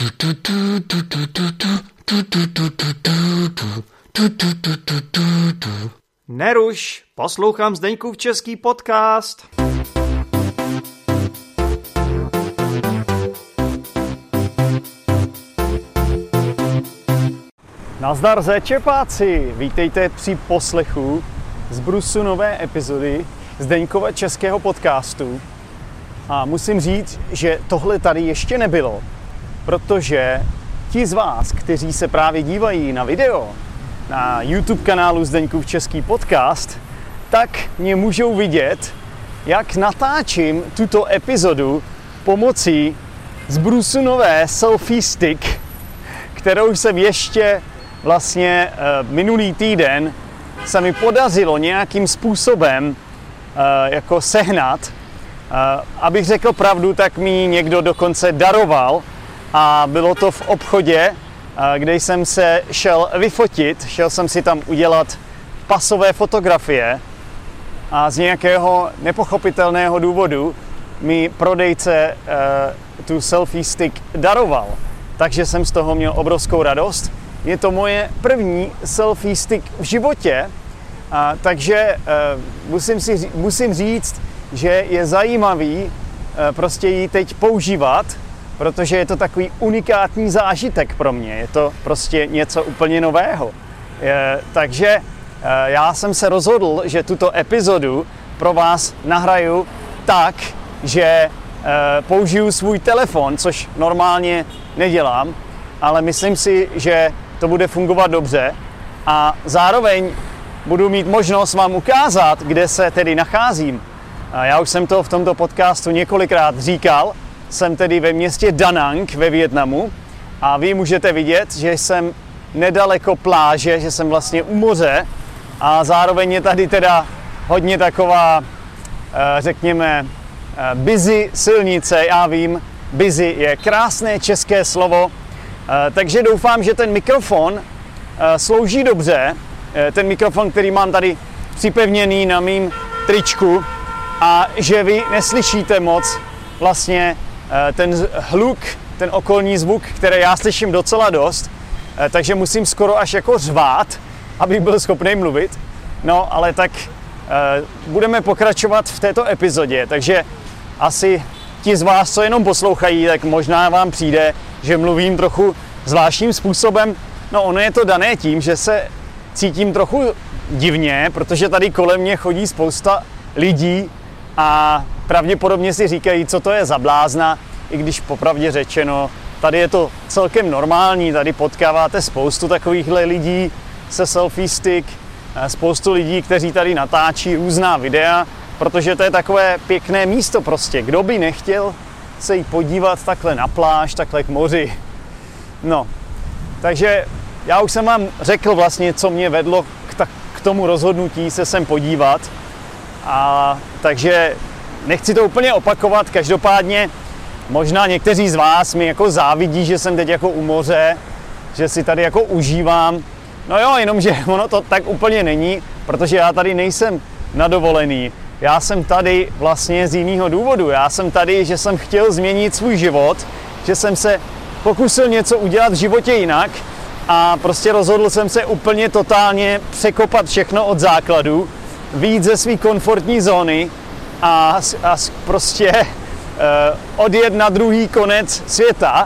Neruš, poslouchám Zdeňkův český podcast. Nazdar zéčepáci, vítejte při poslechu z brusu nové epizody Zdeňkova českého podcastu. A musím říct, že tohle tady ještě nebylo, protože ti z vás, kteří se právě dívají na video na YouTube kanálu Zdeňkův český podcast, tak mě můžou vidět, jak natáčím tuto epizodu pomocí z brusu nové selfie stick, kterou jsem ještě vlastně minulý týden se mi podařilo nějakým způsobem jako sehnat. Abych řekl pravdu, tak mi ji někdo dokonce daroval a bylo to v obchodě, kde jsem se šel vyfotit, šel jsem si tam udělat pasové fotografie a z nějakého nepochopitelného důvodu mi prodejce tu selfie stick daroval. Takže jsem z toho měl obrovskou radost. Je to moje první selfie stick v životě, takže musím říct, že je zajímavý prostě ji teď používat, protože je to takový unikátní zážitek pro mě. Je to prostě něco úplně nového. Takže já jsem se rozhodl, že tuto epizodu pro vás nahraju tak, že použiju svůj telefon, což normálně nedělám, ale myslím si, že to bude fungovat dobře a zároveň budu mít možnost vám ukázat, kde se tedy nacházím. Já už jsem to v tomto podcastu několikrát říkal, jsem tedy ve městě Da Nang ve Vietnamu a vy můžete vidět, že jsem nedaleko pláže, že jsem vlastně u moře a zároveň je tady teda hodně taková, řekněme, busy silnice. Já vím, busy je krásné české slovo, takže doufám, že ten mikrofon slouží dobře, ten mikrofon, který mám tady připevněný na mým tričku, a že vy neslyšíte moc vlastně ten hluk, ten okolní zvuk, který já slyším docela dost, takže musím skoro až jako řvát, abych byl schopný mluvit. No, ale tak budeme pokračovat v této epizodě, takže asi ti z vás, co jenom poslouchají, tak možná vám přijde, že mluvím trochu zvláštním způsobem. No, ono je to dané tím, že se cítím trochu divně, protože tady kolem mě chodí spousta lidí a pravděpodobně si říkají, co to je za blázna, i když popravdě řečeno, tady je to celkem normální, tady potkáváte spoustu takovýchhle lidí se selfie stick, spoustu lidí, kteří tady natáčí různá videa, protože to je takové pěkné místo prostě. Kdo by nechtěl se jít podívat takhle na pláž, takhle k moři. No, takže já už jsem vám řekl vlastně, co mě vedlo k tomu rozhodnutí se sem podívat. A takže nechci to úplně opakovat, každopádně možná někteří z vás mi jako závidí, že jsem teď jako u moře, že si tady jako užívám. No jo, jenomže ono to tak úplně není, protože já tady nejsem na dovolený. Já jsem tady vlastně z jiného důvodu. Já jsem tady, že jsem chtěl změnit svůj život, že jsem se pokusil něco udělat v životě jinak a prostě rozhodl jsem se úplně totálně překopat všechno od základu, vyjít ze své komfortní zóny a prostě odjet na druhý konec světa.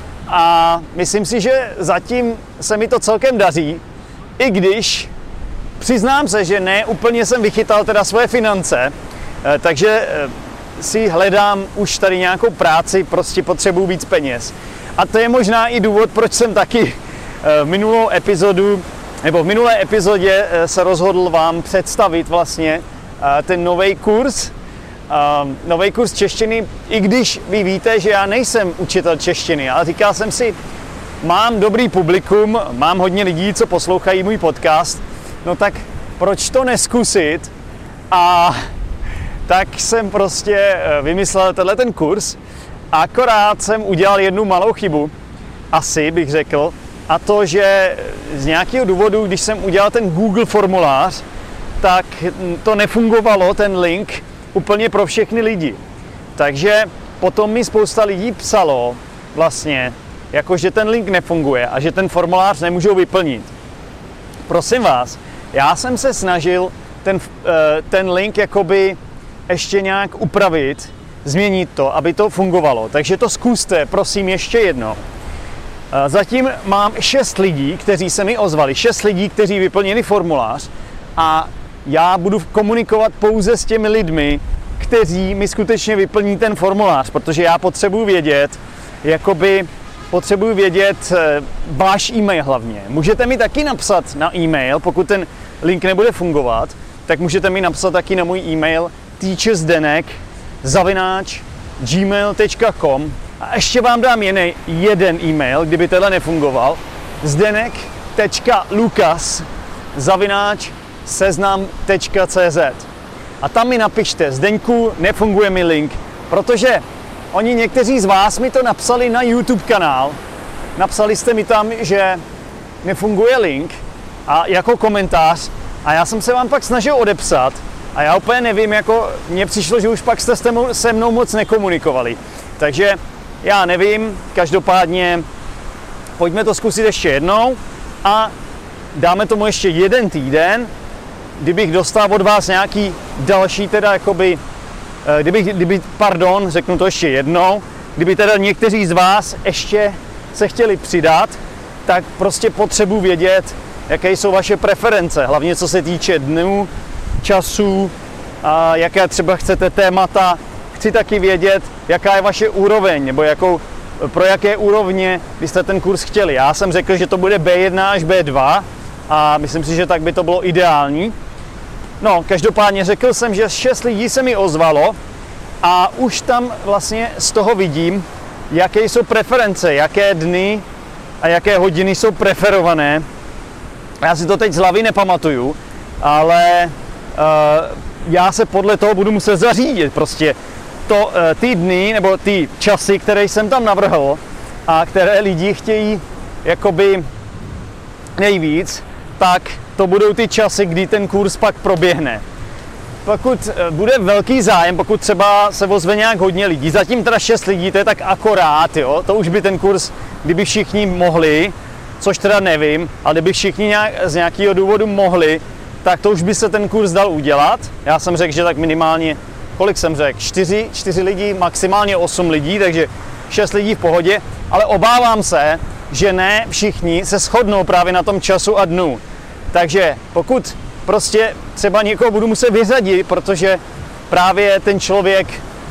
A myslím si, že zatím se mi to celkem daří, i když přiznám se, že ne úplně jsem vychytal teda svoje finance, takže si hledám už tady nějakou práci, prostě potřebuji víc peněz. A to je možná i důvod, proč jsem taky v minulé epizodě se rozhodl vám představit vlastně ten nový kurz češtiny, i když vy víte, že já nejsem učitel češtiny, ale říkal jsem si, mám dobrý publikum, mám hodně lidí, co poslouchají můj podcast, no tak proč to neskusit? A tak jsem prostě vymyslel ten kurz, akorát jsem udělal jednu malou chybu, asi bych řekl, a to, že z nějakého důvodu, když jsem udělal ten Google formulář, tak to nefungovalo, ten link, úplně pro všechny lidi. Takže potom mi spousta lidí psalo vlastně, jako že ten link nefunguje a že ten formulář nemůžou vyplnit. Prosím vás, já jsem se snažil ten link jakoby ještě nějak upravit, změnit to, aby to fungovalo. Takže to zkuste, prosím, ještě jednou. Zatím mám 6 lidí, kteří se mi ozvali, 6 lidí, kteří vyplnili formulář a já budu komunikovat pouze s těmi lidmi, kteří mi skutečně vyplní ten formulář, protože já potřebuji vědět váš e-mail hlavně. Můžete mi taky napsat na e-mail, pokud ten link nebude fungovat, tak můžete mi napsat taky na můj e-mail teachersdenek@gmail.com a ještě vám dám jeden e-mail, kdyby tenhle nefungoval, zdenek.lukas@seznam.cz a tam mi napište: Zdeňku, nefunguje mi link, protože někteří z vás mi to napsali na YouTube kanál, napsali jste mi tam, že nefunguje link a jako komentář a já jsem se vám pak snažil odepsat a já úplně nevím, mně přišlo, že už pak jste se mnou moc nekomunikovali. Takže já nevím, každopádně pojďme to zkusit ještě jednou a dáme tomu ještě jeden týden, kdybych dostal od vás nějaký další řeknu to ještě jednou, kdyby teda někteří z vás ještě se chtěli přidat, tak prostě potřebuji vědět, jaké jsou vaše preference, hlavně co se týče dnů, časů, a jaké třeba chcete témata. Chci taky vědět, jaká je vaše úroveň, nebo pro jaké úrovně byste ten kurz chtěli. Já jsem řekl, že to bude B1 až B2 a myslím si, že tak by to bylo ideální. No, každopádně řekl jsem, že 6 lidí se mi ozvalo a už tam vlastně z toho vidím, jaké jsou preference, jaké dny a jaké hodiny jsou preferované. Já si to teď z hlavy nepamatuju, ale já se podle toho budu muset zařídit. Prostě ty dny nebo ty časy, které jsem tam navrhl a které lidi chtějí jakoby nejvíc, tak to budou ty časy, kdy ten kurz pak proběhne. Pokud bude velký zájem, pokud třeba se ozve nějak hodně lidí, zatím teda 6 lidí, to je tak akorát, jo, to už by ten kurz, kdyby všichni mohli, což teda nevím, ale kdyby všichni z nějakého důvodu mohli, tak to už by se ten kurz dal udělat. Já jsem řekl, že tak minimálně, kolik jsem řekl, 4 lidi, maximálně 8 lidí, takže 6 lidí v pohodě, ale obávám se, že ne všichni se shodnou právě na tom času a dnu. Takže pokud prostě třeba někoho budu muset vyřadit, protože právě ten člověk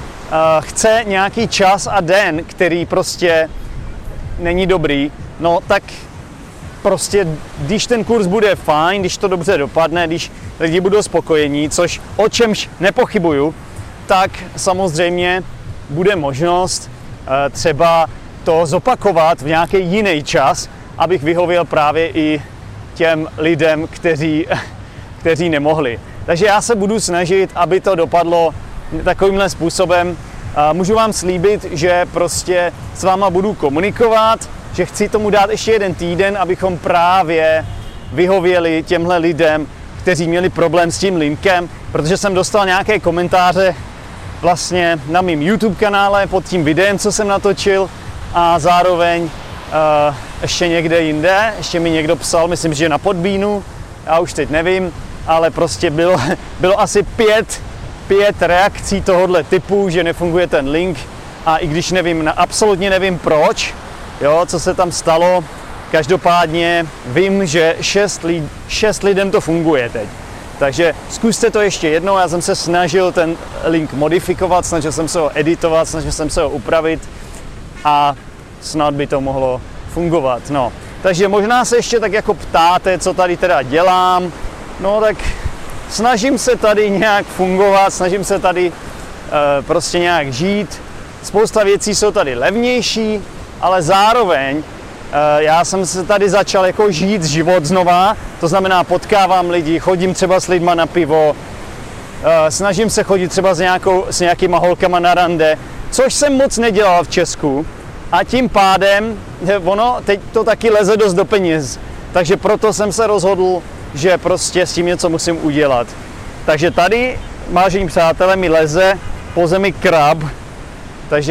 chce nějaký čas a den, který prostě není dobrý, no tak prostě, když ten kurz bude fajn, když to dobře dopadne, když lidi budou spokojení, o čemž nepochybuju, tak samozřejmě bude možnost třeba to zopakovat v nějaký jiný čas, abych vyhověl právě i těm lidem, kteří nemohli. Takže já se budu snažit, aby to dopadlo takovýmhle způsobem. Můžu vám slíbit, že prostě s váma budu komunikovat, že chci tomu dát ještě jeden týden, abychom právě vyhověli těmhle lidem, kteří měli problém s tím linkem, protože jsem dostal nějaké komentáře vlastně na mým YouTube kanále pod tím videem, co jsem natočil, a zároveň ještě někde jinde, ještě mi někdo psal, myslím, že na Podbeanu, já už teď nevím, ale prostě bylo asi 5 reakcí tohohle typu, že nefunguje ten link, a i když absolutně nevím proč, jo, co se tam stalo, každopádně vím, že 6 lidem to funguje teď. Takže zkuste to ještě jednou, já jsem se snažil ten link modifikovat, snažil jsem se ho editovat, snažil jsem se ho upravit a snad by to mohlo fungovat. No. Takže možná se ještě tak jako ptáte, co tady teda dělám, no tak snažím se tady nějak fungovat, snažím se tady prostě nějak žít. Spousta věcí jsou tady levnější, ale zároveň já jsem se tady začal jako žít život znova, to znamená potkávám lidi, chodím třeba s lidma na pivo, snažím se chodit třeba s nějakýma holkama na rande, což jsem moc nedělal v Česku, a tím pádem teď to taky leze dost do peněz, takže proto jsem se rozhodl, že prostě s tím něco musím udělat. Takže tady, vážení přátelé, mi leze po zemi krab, takže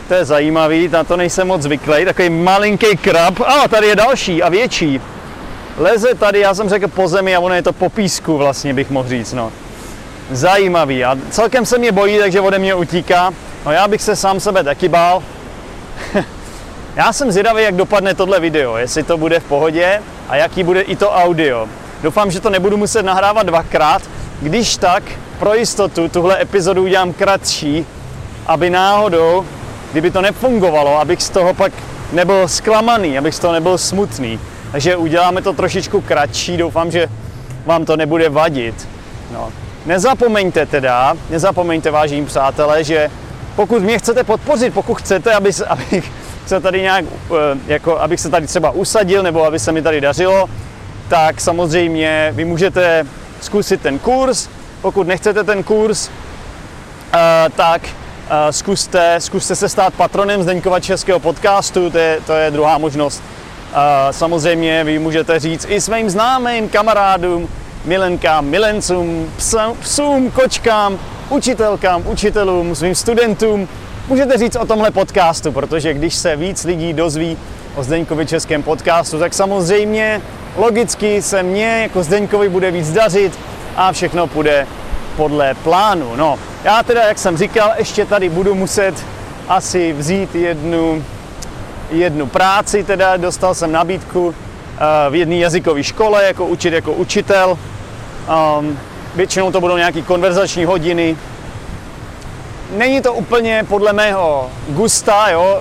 To je zajímavý, na to nejsem moc zvyklý. Takový malinký krab. A tady je další a větší. Leze tady, já jsem řekl po zemi a ono je to po písku vlastně, bych mohl říct. No. Zajímavý a celkem se mě bojí, takže ode mě utíká. No já bych se sám sebe taky bál. Já jsem zvědavý, jak dopadne tohle video, jestli to bude v pohodě a jaký bude i to audio. Doufám, že to nebudu muset nahrávat dvakrát, když tak pro jistotu tuhle epizodu udělám kratší, aby náhodou, kdyby to nefungovalo, abych z toho pak nebyl zklamaný, abych z toho nebyl smutný. Takže uděláme to trošičku kratší, doufám, že vám to nebude vadit. No. Nezapomeňte vážení přátelé, že pokud mě chcete podpořit, pokud chcete, abych se tady nějak, jako abych se tady třeba usadil, nebo aby se mi tady dařilo, tak samozřejmě vy můžete zkusit ten kurz. Pokud nechcete ten kurz, tak zkuste se stát patronem Zdeňkova českého podcastu, to je druhá možnost. Samozřejmě vy můžete říct i svým známým, kamarádům, milenkám, milencům, psům, kočkám, učitelkám, učitelům, svým studentům. Můžete říct o tomhle podcastu, protože když se víc lidí dozví o Zdeňkově českém podcastu, tak samozřejmě logicky se mně jako Zdeňkovi bude víc dařit a všechno půjde podle plánu. No, já teda, jak jsem říkal, ještě tady budu muset asi vzít jednu práci, teda dostal jsem nabídku v jedné jazykové škole, učit jako učitel. Většinou to budou nějaké konverzační hodiny. Není to úplně podle mého gusta, jo?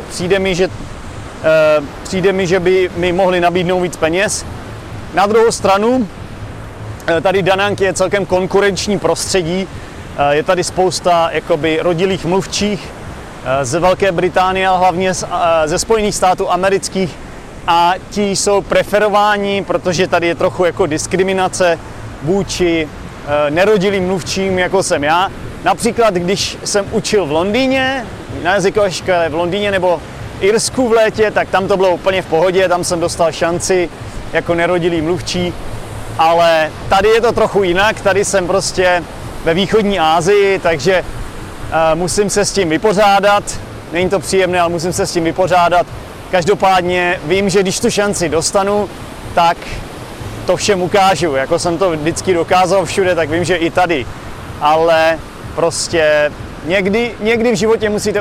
Přijde mi, že by mi mohli nabídnout víc peněz. Na druhou stranu, tady Danank je celkem konkurenční prostředí. Je tady spousta jakoby rodilých mluvčích z Velké Británie, ale hlavně ze Spojených států amerických. A ti jsou preferováni, protože tady je trochu jako diskriminace vůči nerodilým mluvčím, jako jsem já. Například, když jsem učil v Londýně, na jazykové škole v Londýně nebo Irsku v létě, tak tam to bylo úplně v pohodě, tam jsem dostal šanci jako nerodilý mluvčí, ale tady je to trochu jinak, tady jsem prostě ve východní Asii, takže musím se s tím vypořádat, není to příjemné, ale musím se s tím vypořádat. Každopádně vím, že když tu šanci dostanu, tak to všem ukážu, jako jsem to vždycky dokázal všude, tak vím, že i tady, ale prostě někdy v životě musíte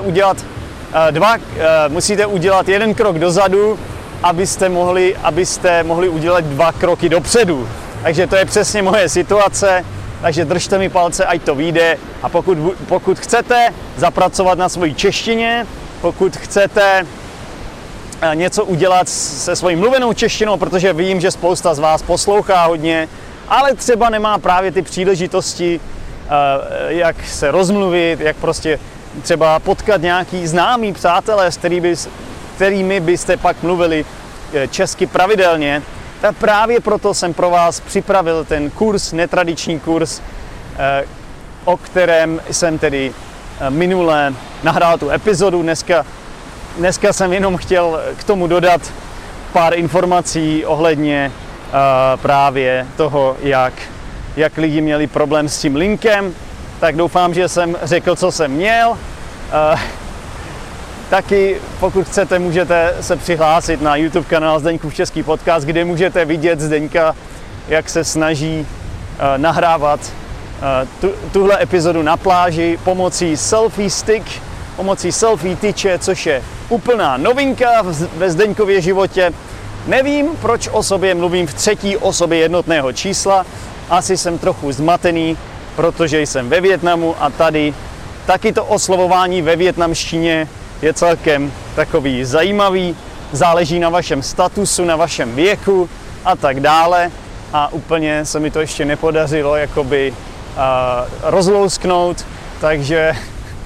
udělat jeden krok dozadu, abyste mohli udělat 2 kroky dopředu. Takže to je přesně moje situace, takže držte mi palce, ať to vyjde. A pokud chcete zapracovat na svojí češtině, pokud chcete něco udělat se svojí mluvenou češtinou, protože vím, že spousta z vás poslouchá hodně, ale třeba nemá právě ty příležitosti, jak se rozmluvit, jak prostě třeba potkat nějaký známý přátelé, s kterými byste pak mluvili česky pravidelně. Tak právě proto jsem pro vás připravil ten kurz, netradiční kurz, o kterém jsem tedy minule nahrál tu epizodu. Dneska jsem jenom chtěl k tomu dodat pár informací ohledně právě toho, jak lidi měli problém s tím linkem. Tak doufám, že jsem řekl, co jsem měl. Taky, pokud chcete, můžete se přihlásit na YouTube kanál Zdeňkův český podcast, kde můžete vidět Zdeňka, jak se snaží nahrávat tuhle epizodu na pláži pomocí selfie stick, pomocí selfie tyče, což je úplná novinka ve Zdeňkově životě. Nevím, proč o sobě mluvím v 3. osobě jednotného čísla. Asi jsem trochu zmatený, protože jsem ve Vietnamu a tady taky to oslovování ve vietnamštině je celkem takový zajímavý. Záleží na vašem statusu, na vašem věku a tak dále. A úplně se mi to ještě nepodařilo jakoby rozlousknout, takže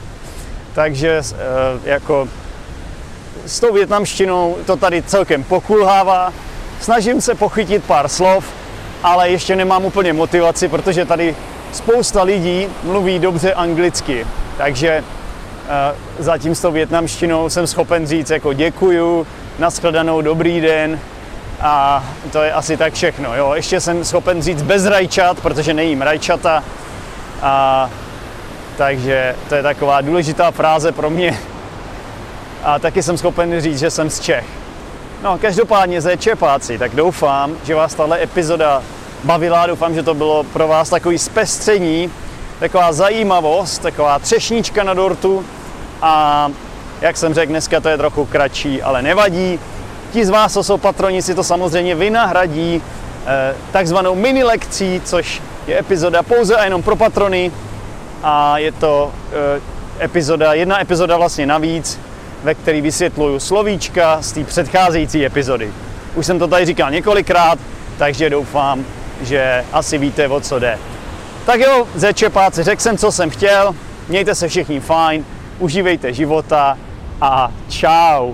jako s tou vietnamštinou to tady celkem pokulhává. Snažím se pochytit pár slov, ale ještě nemám úplně motivaci, protože tady spousta lidí mluví dobře anglicky. Takže zatím s tou vietnamštinou jsem schopen říct jako děkuju, nashledanou, dobrý den a to je asi tak všechno. Jo. Ještě jsem schopen říct bez rajčat, protože nejím rajčata. Takže to je taková důležitá fráze pro mě. a taky jsem schopen říct, že jsem z Čech. No, každopádně čepáci, tak doufám, že vás tahle epizoda bavila, doufám, že to bylo pro vás takový zpestření, taková zajímavost, taková třešnička na dortu a jak jsem řekl, dneska to je trochu kratší, ale nevadí. Ti z vás, co jsou patroni, si to samozřejmě vynahradí takzvanou mini lekcí, což je epizoda pouze a jenom pro patrony a je to jedna epizoda vlastně navíc, ve které vysvětluju slovíčka z té předcházející epizody. Už jsem to tady říkal několikrát, takže doufám, že asi víte, o co jde. Tak jo, čepáci, řekl jsem, co jsem chtěl, mějte se všichni fajn, užívejte života a čau.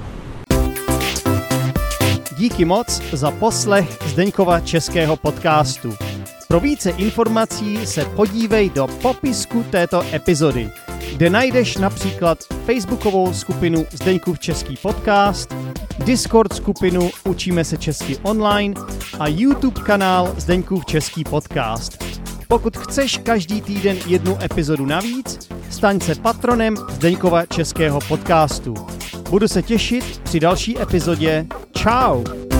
Díky moc za poslech Zdeňkova českého podcastu. Pro více informací se podívej do popisku této epizody, kde najdeš například facebookovou skupinu Zdeňkův český podcast, Discord skupinu Učíme se česky online a YouTube kanál Zdeňkův český podcast. Pokud chceš každý týden jednu epizodu navíc, staň se patronem Zdeňkova českého podcastu. Budu se těšit při další epizodě. Čau!